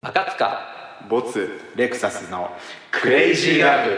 赤塚ボツレクサスのクレイジーラブ。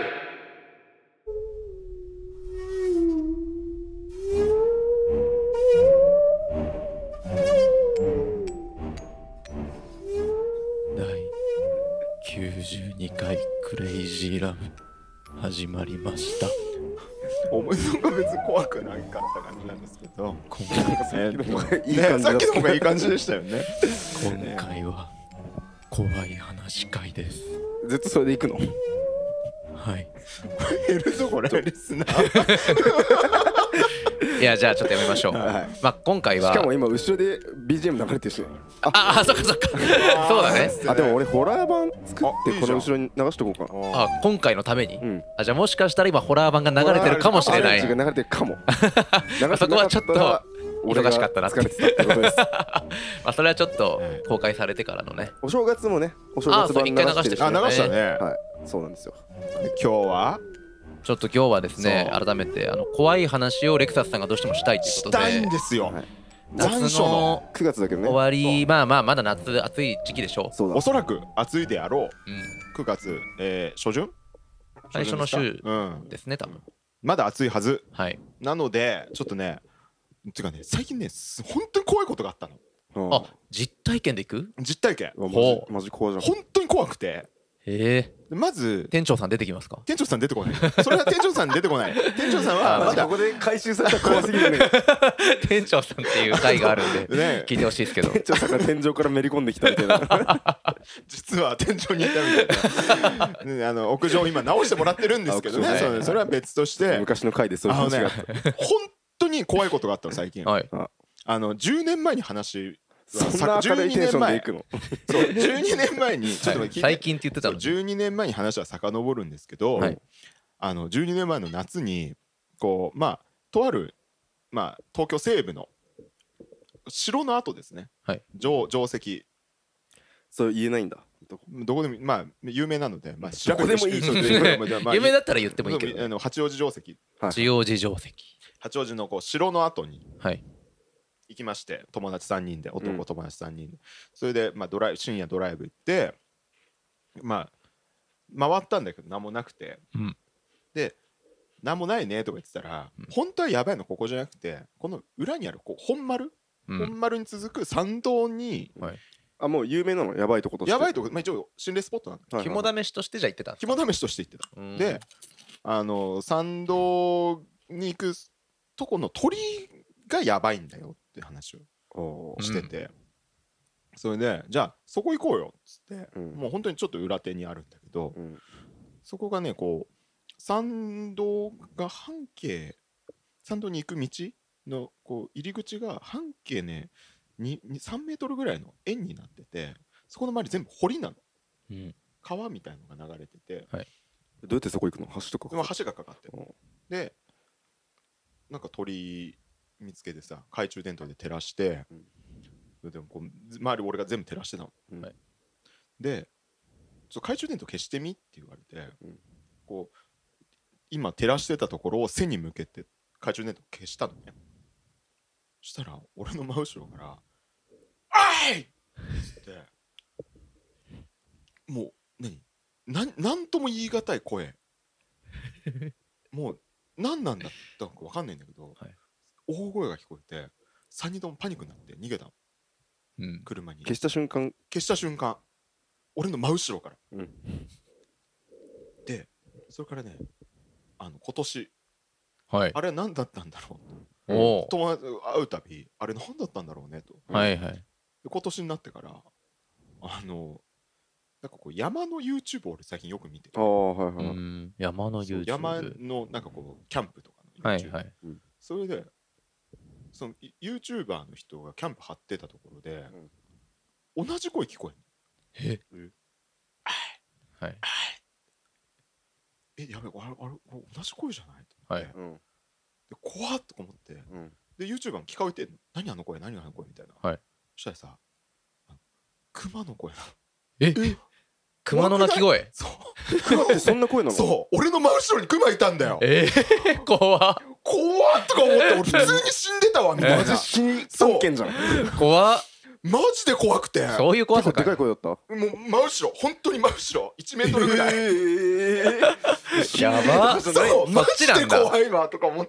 第92回クレイジーラブ始まりました。 思いのが別に怖くないかった感じなんですけど、 今さっきの方がいい感じでしたよね。 回は怖い話会です。 ずっとそれで行くの？ はい。 減るぞこれリスナー。 いやじゃあちょっとやめましょう。 はい。 まあ今回はしかも今後ろで BGM 流れてるしね。 そっかそっかそうだね。 あでも俺ホラー版作ってこの後ろに流しとこうかな。 今回のために、 うんじゃあもしかしたら今ホラー版が流れてるかもしれない。 アレンジが流れてるかも。 そこはちょっと俺が忙しかったなって疲れてたってことです。 まあそれはちょっと公開されてからのね。 お正月もね、お正月版流してるし。 流したね。 はい、そうなんですよ。 今日はちょっと今日はですね、 そう改めて怖い話をレクサスさんがどうしてもしたいということで、 したいんですよ。 はい夏残暑のの 9月だけどね。 終わり、まあまだ夏暑い時期でしょそうだお。そらく暑いであろうう。 9月、初旬最初の週うんですね多分。 まだ暑いはずはい。 なのでちょっとねてかね最近ね本当に怖いことがあったの。 うんあ、実体験で行く？ 実体験うわほマジ怖じゃん。 本当に怖くて、 へえ。 まず店長さん出てきますか？ 店長さん出てこない。それは店長さん出てこない。店長さんはまだここで回収されたら怖すぎるね。 店長さんっていう回があるんでね聞いてほしいですけど。 店長さんが天井からめり込んできたみたいな。 実は天井にいたみたいなね屋上今直してもらってるんですけどね。 あ屋上それは別として昔の回でそういう話があった。 本当に怖いことがあったの最近。 はい。 10年前に話そんな明るいテンションで行くの？ そう12年前にちょっと聞いて最近って言ってたの。 12年前に話は遡るんですけど、 はい 12年前の夏にこうとある東京西部の城の跡ですね、 はい、 城跡そう言えないんだ。 どこでも有名なので調べてもいい有名だったら言ってもいいけどね。 八王子城跡八王子城跡。 八王子のこう城の跡にはい行きまして、友達3人でうん友達3人でそれで深夜ドライブ行って回ったんだけど何もなくて、 うんで何もないねとか言ってたら、本当はやばいのここじゃなくてこの裏にある本丸に続く参道に、 あもう有名なの？やばいとことして。 やばいとこ、一応心霊スポットなんだ。 肝試しとしてじゃ言ってた。 肝試しとして行ってた。で参道に行くとこの鳥がやばいんだよって話をしてて、それでじゃあそこ行こうよっつって、もう本当にちょっと裏手にあるんだけど、そこがねこう参道に行く道のこう入り口が半径ね3メートルぐらいの円になってて、そこの周り全部堀なの、川みたいのが流れてて、 どうやってそこ行くの？橋とか？ 橋がかかってる。でなんか鳥見つけてさ懐中電灯で照らして、でもこう周り俺が全部照らしてたの、で懐中電灯消してみって言われて、こう今照らしてたところを背に向けて懐中電灯消したのね。そしたら俺の真後ろから「おい!」ってもうなんとも言い難い声もう何なんだったのか分かんないんだけど、大声が聞こえて3人ともパニックになって逃げたの、車に。 消した瞬間俺の真後ろから、でそれからね今年、あれ何だったんだろう、友達会うたびあれ何だったんだろうねと、で今年になってからなんかこう山の YouTube を俺最近よく見てる。 山の YouTube。 山のなんかこうキャンプとかの YouTube、それでその YouTuber の人がキャンプ張ってたところで、同じ声聞こえるの。やべえあれ同じ声じゃないと思って、で怖っと思って、で YouTuber も聞かれてんの、何あの声みたいな、そしたらさ熊の声なの。 熊の鳴き声。 そう熊ってそんな声なの？ そう俺の真後ろに熊いたんだよ。 怖っとか思って俺普通に死んでたわみたいな。 マジ死に3件じゃん。 怖っ。 マジで怖くて、 そういう怖さか結構でかい声だった。 もう真後ろ、本当に真後ろ1メートルぐらい、 やばそうマそっちジでなんだ。 怖いわとか思って、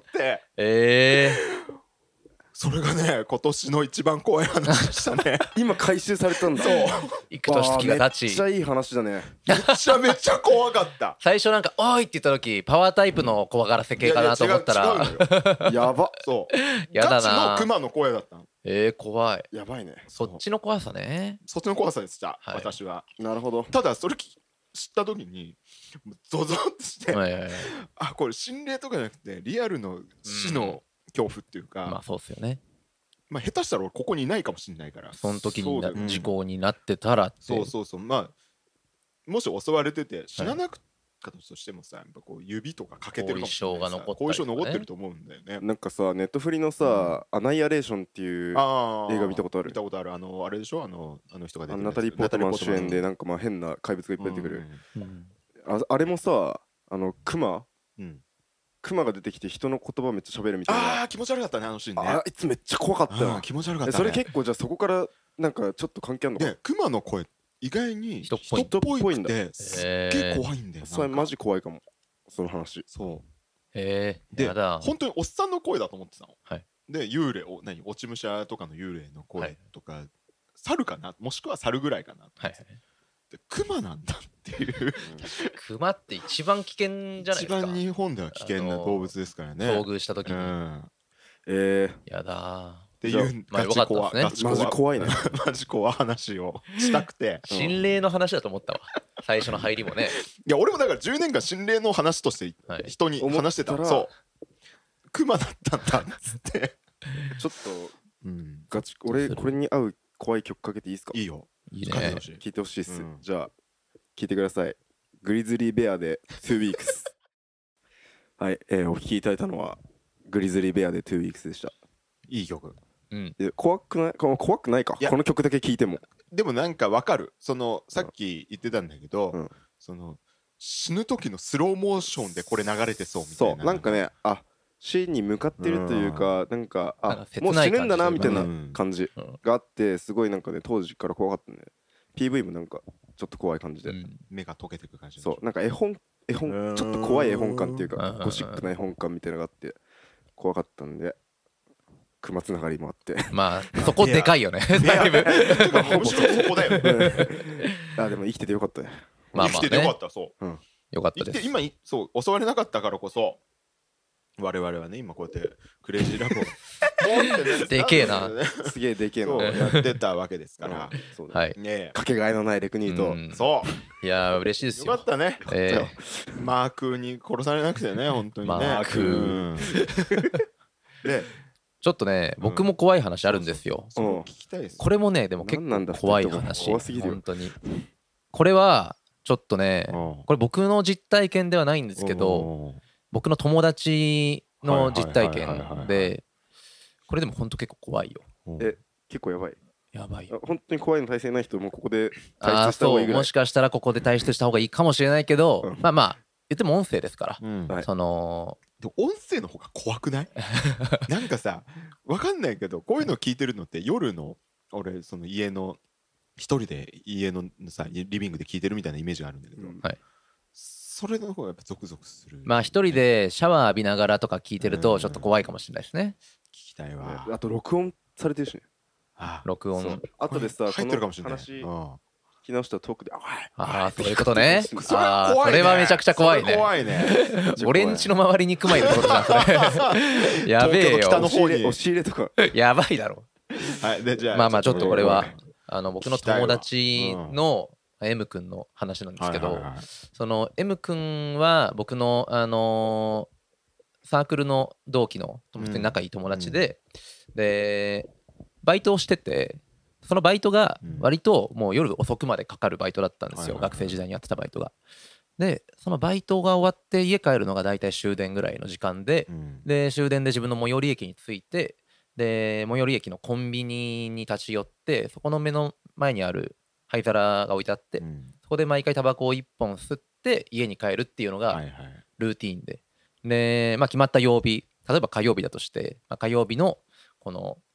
それがね今年の一番怖い話でしたね。 今回収されたんだ。 幾年月がめっ経ちちゃいい話だね。 めちゃめちゃ怖かった最初なんか「おい!」って言った時パワータイプの怖がらせ系かなと思ったいやいや違うらのよやば。 そうやだガチのなクマの声だったの。 怖い。 やばいね。 そっちの怖さね。 そっちの怖さでした、 はい私は。 なるほど。 ただそれ知った時にもうゾゾってして、 はいはいはいあこれ心霊とかじゃなくてリアルの死の恐怖っていうか、 まあそうっすよね。 まあ下手したら俺ここにいないかもしれないから、 その時にそうだよ事故になってたらって。 そうまあもし襲われてて死ななかったとしてもさ、やっぱこう指とか欠けてるかもしれないさ、 後遺症が残ったりとかね後遺症残ってると思うんだよね。 なんかさ、ネットフリのさ、アナイアレーションっていうあー映画見たことある見たことある。あれでしょ、あの人が出てるやつナタリー・ポートマン主演でナなんかまあ変な怪物がいっぱい出てくる。 うんあれもさ、クマうんが出てきて人の言葉めっちゃ喋るみたいな。 あー気持ち悪かったねあのシーンね。 あいつめっちゃ怖かったよ。 気持ち悪かったね。 それ結構じゃあそこからなんかちょっと関係あるのかな。 でクマの声意外に人っぽい人っぽいく人っぽてすっげえ怖いんだよ。 それマジ怖いかも。その話。 そうでで本当におっさんの声だと思ってたの。 はいで幽霊を落ち武者とかの幽霊の声とか、猿かなもしくは猿ぐらいかなと思って、でクマなんだっていうクマって一番危険じゃないですか。 一番日本では危険な動物ですからね。 遭遇した時に。やだっていうまあよかったですね。 マジ怖いね。 マジ怖い話をしたくて心霊の話だと思ったわ。最初の入りもね。 いや俺もだから10年間心霊の話として人に話してた思ったらそうクマだったんだっつってちょっとガチ俺これに合う怖い曲かけていいですか。 いいよいいね。 聞いてほしいっす。じゃあ聞いてください。グリズリーベアで2 weeks はい、お聴きいただいたのはグリズリーベアで2 weeks でした。 いい曲。 怖くないかこの曲だけ聞いても。 でもなんかわかる。そのさっき言ってたんだけど、その死ぬ時のスローモーションでこれ流れてそうみたいな。 そうなんかね、死に向かってるというか、なんかもう切ない感じ死ぬんだなみたいな感じがあって、すごいなんかね当時から怖かったね。 PV もなんかちょっと怖い感じで、 目が溶けてく感じ。 そうなんか絵本ちょっと怖い絵本感っていうかゴシックな絵本感みたいなのがあって怖かったんで、熊つながりもあってまあそこでかいよねだいぶ。 むしろそこだよね。 でも生きててよかったね。 生きててよかった。そうよかったです。 今そう襲われなかったからこそ我々はね今こうやってクレイジーラボをでけえな。 すげえでけえのやってたわけですから。 はいかけがえのないレクニーと。 そういや嬉しいですよ。 よかったね。マークに殺されなくてね本当にね。 マークでちょっとね僕も怖い話あるんですよ。 聞きたいです。 これもねでも結構怖い話。本当にこれはちょっとねこれ僕の実体験ではないんですけど僕の友達の実体験でこれでも本当結構怖いよ。 結構やばい。 やばいよ。 本当に怖いの耐性ない人もここで退出した方がいいぐらい。 もしかしたらここで退出した方がいいかもしれないけど、まあ言っても音声ですからその音声の方が怖くない？なんかさわかんないけどこういうの聞いてるのって夜の俺その家の一人で家のさリビングで聞いてるみたいなイメージがあるんだけど、それの方がやっぱゾクゾクする。 まあ一人でシャワー浴びながらとか聞いてるとちょっと怖いかもしれないですね。 聞きたいわ。 あと録音されてるしね。 録音あとでさ入ってるかもしれない。 話聞き直したトークでそういうことね。それはめちゃくちゃ怖いね。 怖いね。 俺んちの周りにクマいるってことじゃんそれ。やべえよ。 北の方に押し入れとかやばいだろ。まあちょっとこれは僕の友達のM 君の話なんですけど、その M 君は僕のサークルの同期の普通に仲いい友達でバイトをしてて、そのバイトが割ともう夜遅くまでかかるバイトだったんですよ。学生時代にやってたバイトが。でそのバイトが終わって家帰るのが大体終電ぐらいの時間で、終電で自分の最寄り駅に着いて、で最寄り駅のコンビニに立ち寄って、そこの目の前にある灰皿が置いてあって、そこで毎回タバコを1本吸って家に帰るっていうのがルーティーンで、決まった曜日、例えば火曜日だとして、火曜日のこの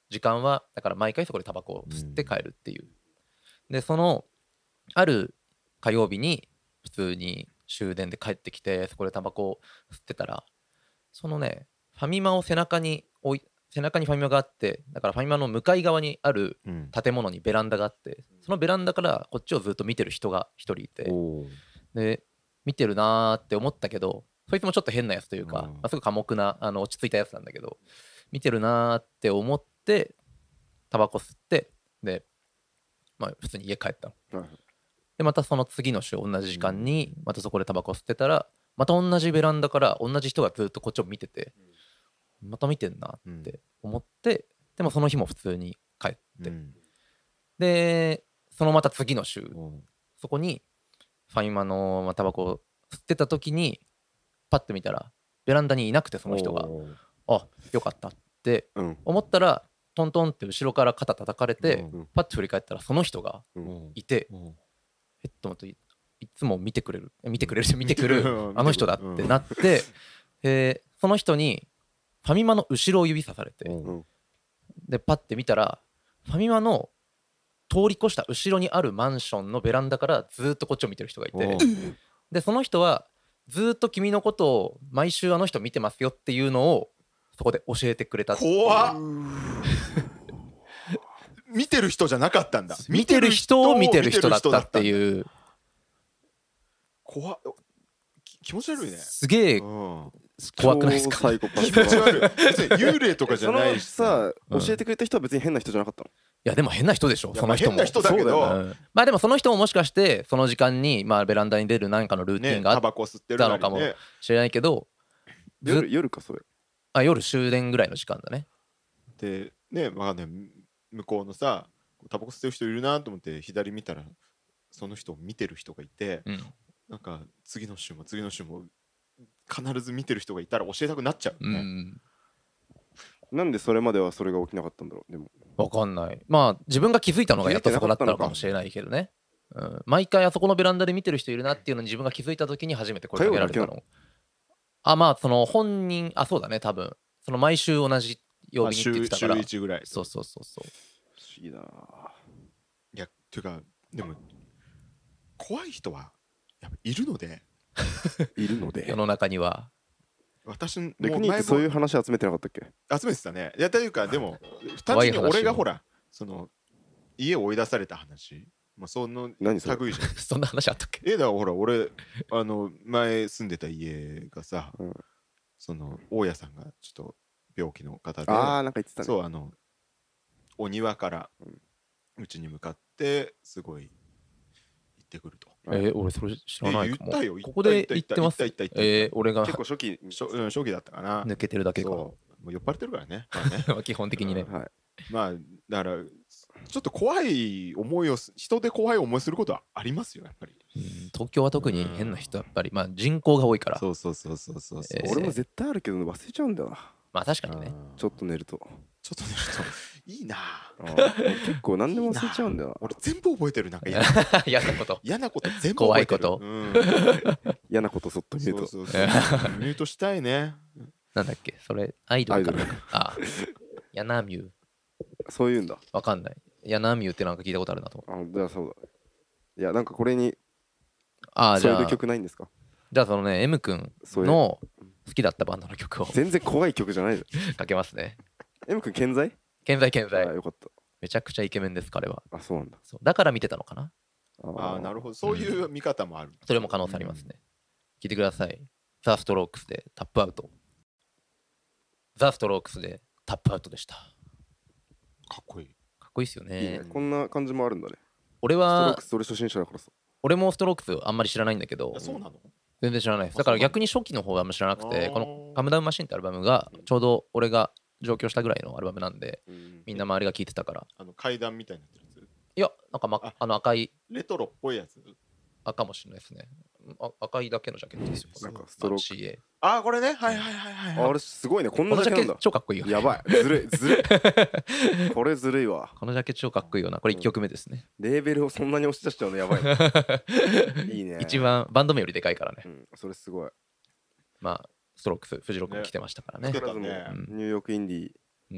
時間はだから毎回そこでタバコを吸って帰るっていう。でそのある火曜日に普通に終電で帰ってきてそこでタバコを吸ってたら、そのねファミマを背中にファミマがあって、だからファミマの向かい側にある建物にベランダがあって、そのベランダからこっちをずっと見てる人が一人いて、で見てるなーって思ったけど、そいつもちょっと変なやつというか、すごい寡黙な落ち着いたやつなんだけど、見てるなーって思ってタバコ吸って、でまあ普通に家帰ったの。でまたその次の週同じ時間にまたそこでタバコ吸ってたら、また同じベランダから同じ人がずっとこっちを見てて、また見てんなって思って、でもその日も普通に帰って、でそのまた次の週、そこにファミマのタバコを吸ってた時にパッと見たらベランダにいなくて、その人があよかったって思ったら、トントンって後ろから肩叩かれて、パッと振り返ったらその人がいて、と思って、いつも見てくるあの人だってなって、その人にファミマの後ろを指さされて、でパッて見たらファミマの通り越した後ろにあるマンションのベランダからずっとこっちを見てる人がいて、でその人はずっと君のことを毎週あの人見てますよっていうのをそこで教えてくれた。 怖っ見てる人じゃなかったんだ。 見てる人を見てる人だったっていう。 怖っ、気持ち悪いね。 すげえ怖くないですか。 サイコパス。 気持ち悪い。別に幽霊とかじゃないしさ、教えてくれた人は別に変な人じゃなかったの？ いやでも変な人でしょ、その人も。 変な人だけど、 まあでもその人ももしかしてその時間にまあベランダに出る何かのルーティンがあったのかもしれないけど、 夜かそれ。 夜終電ぐらいの時間だね。 でね、まあね、向こうのさタバコ吸ってる人いるなと思って左見たらその人を見てる人がいて、なんか次の週も必ず見てる人がいたら教えたくなっちゃうね。 なんでそれまではそれが起きなかったんだろう。でも分かんない。まあ自分が気づいたのがやっとそこだったのかもしれないけどね。毎回あそこのベランダで見てる人いるなっていうのに自分が気づいた時に初めて声かけられたの。まあその本人そうだね、多分その毎週同じ曜日にって言ってたから、 週1ぐらい。 そう不思議だな。 いやっていうかでも怖い人はやっぱいるので世の中には。 私も前もそういう話集めてなかったっけ？ 集めてたね。いやというかでも単純に俺がほらその家を追い出された話、まあその類じゃん。 そんな話あったっけ？ だからほら俺前住んでた家がさ、その大家さんがちょっと病気の方で、 なんか言ってたね。 そうお庭からうちに向かってすごい行ってくると。 俺それ知らないかも。 言ったよ。 ここで言ってます。俺が結構初期だったかな。 抜けてるだけか。 もう酔っ払ってるからね。 基本的にね。 まあだからちょっと怖い思いを人で怖い思いすることはありますよやっぱり。 東京は特に変な人やっぱりまあ人口が多いから。 そう。 俺も絶対あるけど忘れちゃうんだよな。 まあ確かにね。 ちょっと寝るといいな。 結構何でも忘れちゃうんだよな。 俺全部覚えてる。なんか嫌なこと全部覚えてる。 怖いこと嫌なことそっと見ると。 ミュートしたいね。 なんだっけそれアイドルかな。ヤナミュー。 そういうんだ。 わかんない。ヤナミューってなんか聞いたことあるなと思って。 じゃあそうだ。いやなんかこれにそういう曲ないんですか？ じゃあそのね M 君の好きだったバンドの曲を全然怖い曲じゃないじゃん。 かけますね。 M 君健在？ 健在。 よかった。 めちゃくちゃイケメンです彼は。 そうなんだ。 だから見てたのかな。 なるほど。そういう見方もある。 それも可能性ありますね。聞いてください。ザ・ストロークスでタップアウト。ザ・ストロークスでタップアウトでした。 かっこいい。 かっこいいですよね。 いいね。こんな感じもあるんだね。 俺はストロークス俺初心者だからさ。 俺もストロークスあんまり知らないんだけど。 そうなの？ 全然知らないです。だから逆に初期の方はあんま知らなくて、このカムダウンマシンってアルバムがちょうど俺が上京したぐらいのアルバムなんで、みんな周りが聴いてたから。 階段みたいになってるやつ？ いや、なんか、赤いレトロっぽいやつ？ 赤もしれないですね。赤いだけのジャケットですよ。 なんかストローク CA。 これね。はい。 あれすごいね。こんなジャケット超かっこいいよ。 やばい。ずるい。これずるいわ。 このジャケット超かっこいいよな。これ1曲目ですね。 レーベルをそんなに押し出しちゃうのやばいね。いいね。 一番バンド名よりでかいからね。 それすごい。 まあストロークスフジロックも来てましたからね。 ニューヨークインディー。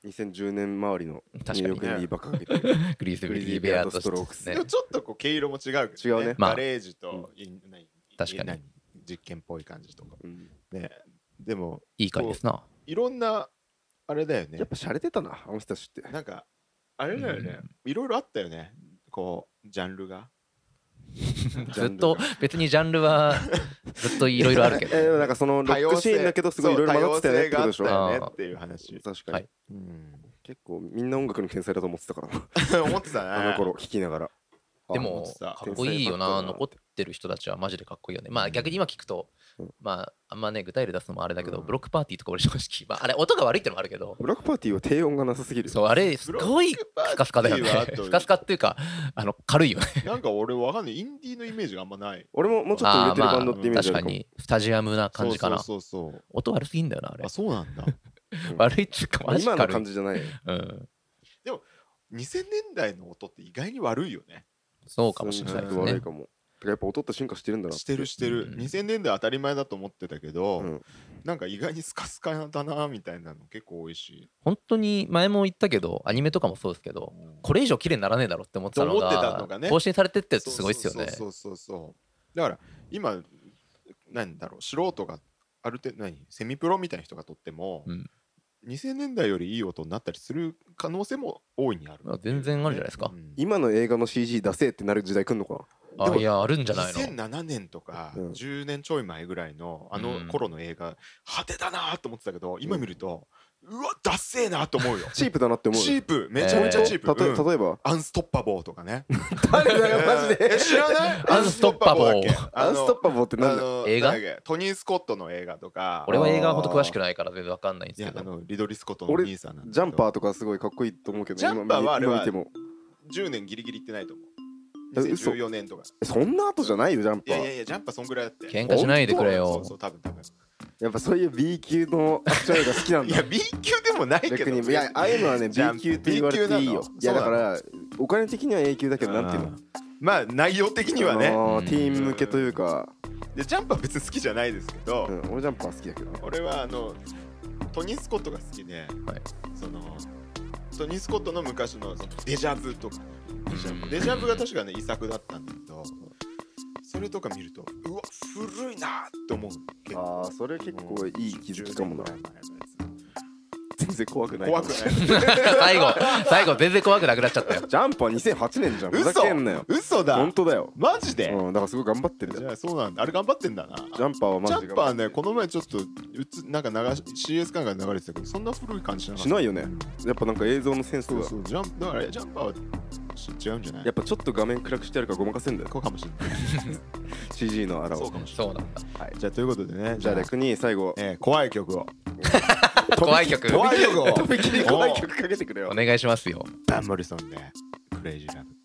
2010年周りの確かにニューヨークインディーばっかかけてるグリズリーベアとストロークスねでもちょっとこう毛色も違うけどね。 違うねガレージと確かに実験っぽい感じとかうんね。でもいい回ですな。 いろんなあれだよねやっ。ぱ洒落てたなあの人たちってなんかあれだよね。いろいろあったよね。こうジャンルが。 ずっと別にジャンルはずっといろいろあるけどなんかそのロックシーンだけどすごいいろいろ混ざってたよねってことでしょ。 多様性があったよねっていう話。 確かに、 はい結構みんな音楽の天才だと思ってたからな思ってたね。 あの頃聴きながらでも思ってたかっこいいよな。残ってる人たちはマジでかっこいいよね。まあ逆に今聞くとまああんまね具体例出すのもあれだけどブロックパーティーとか俺正直まああれ音が悪いってのもあるけどブラックパーティーは低音がなさすぎる。 そうあれすごいスカスカだよね。スカスカっていうか軽いよね。 なんか俺わかんないインディーのイメージがあんまない。 俺ももうちょっと売れてるバンドってイメージあるかも。 確かにスタジアムな感じかな。 そう音悪すぎんだよなあれあ。そうなんだ。 悪いっつうかマジ今の軽い。 感じじゃないよ。 うん 2000年代の音って意外に悪いよね。 そうかもしれないですね悪い。かも。てかやっぱ音って進化してるんだな。 してるうん 2000年代当たり前だと思ってたけど、 うんなんか意外にスカスカだなみたいなの結構多いし。 本当に前も言ったけどアニメとかもそうですけどこれ以上綺麗にならねえだろって思ってたのって思ってたのがねが更新されてってってすごいっすよね。 そうだから今なんだろう素人がある程度セミプロみたいな人が撮っても、 うん 2000年代よりいい音になったりする可能性も大いにある、 全然あるんじゃないですか。 今の映画の CG 出せってなる時代来んのかな。 あいやあるんじゃないの。 2007年とかうん 10年ちょい前ぐらいのあの頃の映画派手だなと思ってたけど今見るとうわダッセーなと思うよ。 チープだなって思うよ。 チープめちゃめちゃチープ、 例えばアンストッパボーとかね。 誰だよマジで。 知らないアンストッパボーだっけアンストッパボーってなんだよ。 映画なんだっけトニー・スコットの映画とか俺は映画はほんと詳しくないから全然わかんないんですいやけど。 リドリー・スコットのお兄さんなんだジャンパーーとかすごいかっこいいと思うけどジャンパーはあれは今見ても 10年ギリギリいってないと思う。 嘘 2014年とか。 そんな後じゃないよジャンいパー。 やいやいやジャンパーそんぐらいだって。 喧嘩しないでくれよ。 そう多分やっぱそういう B 級のアクション映画好きなんだ。 いや B 級でもないけど逆にいやああいうのはね B ジャン級って言われていいよ。 B 級なのいやだからお金的には A 級だけどなんていうの。 まあ内容的にはね。 ティーン向けというか。 でジャンパー別に好きじゃないですけど、 俺ジャンパー好きだけど。 俺はトニー・スコットが好きで、そのトニー・スコットの昔のそのデジャブとかデジャブが確かね遺作だったんだけどそれとか見るとうわ古いなって思う。 ああそれ結構いい気づきかもな。全然怖くない。 怖くない最後全然怖くなくなっちゃったよ。 ジャンパー2008年じゃん。ふざけんなよ。 嘘だ本当だよ。 マジで、 だからすごい頑張ってるじゃん。 じゃあそうなんだ。あれ頑張ってんだな。 ジャンパーはマジでジャンパーねこの前ちょっとなんかCS 感が流れてたけどそんな古い感じしなかった。 しないよね。やっぱなんか映像のセンスがそうジャンだからジャンパーは違うんじゃない。 やっぱちょっと画面暗くしてあるからごまかせんだよ。 そうかもしれない。 CG のあらを。 そうかもしれない。 そうなんだ。 じゃあということでねじゃあ逆に最後怖い曲を怖い曲怖い曲をとびきり怖い曲かけてくれよ。 お願いしますよ。 バンモリソンでクレイジーラブ。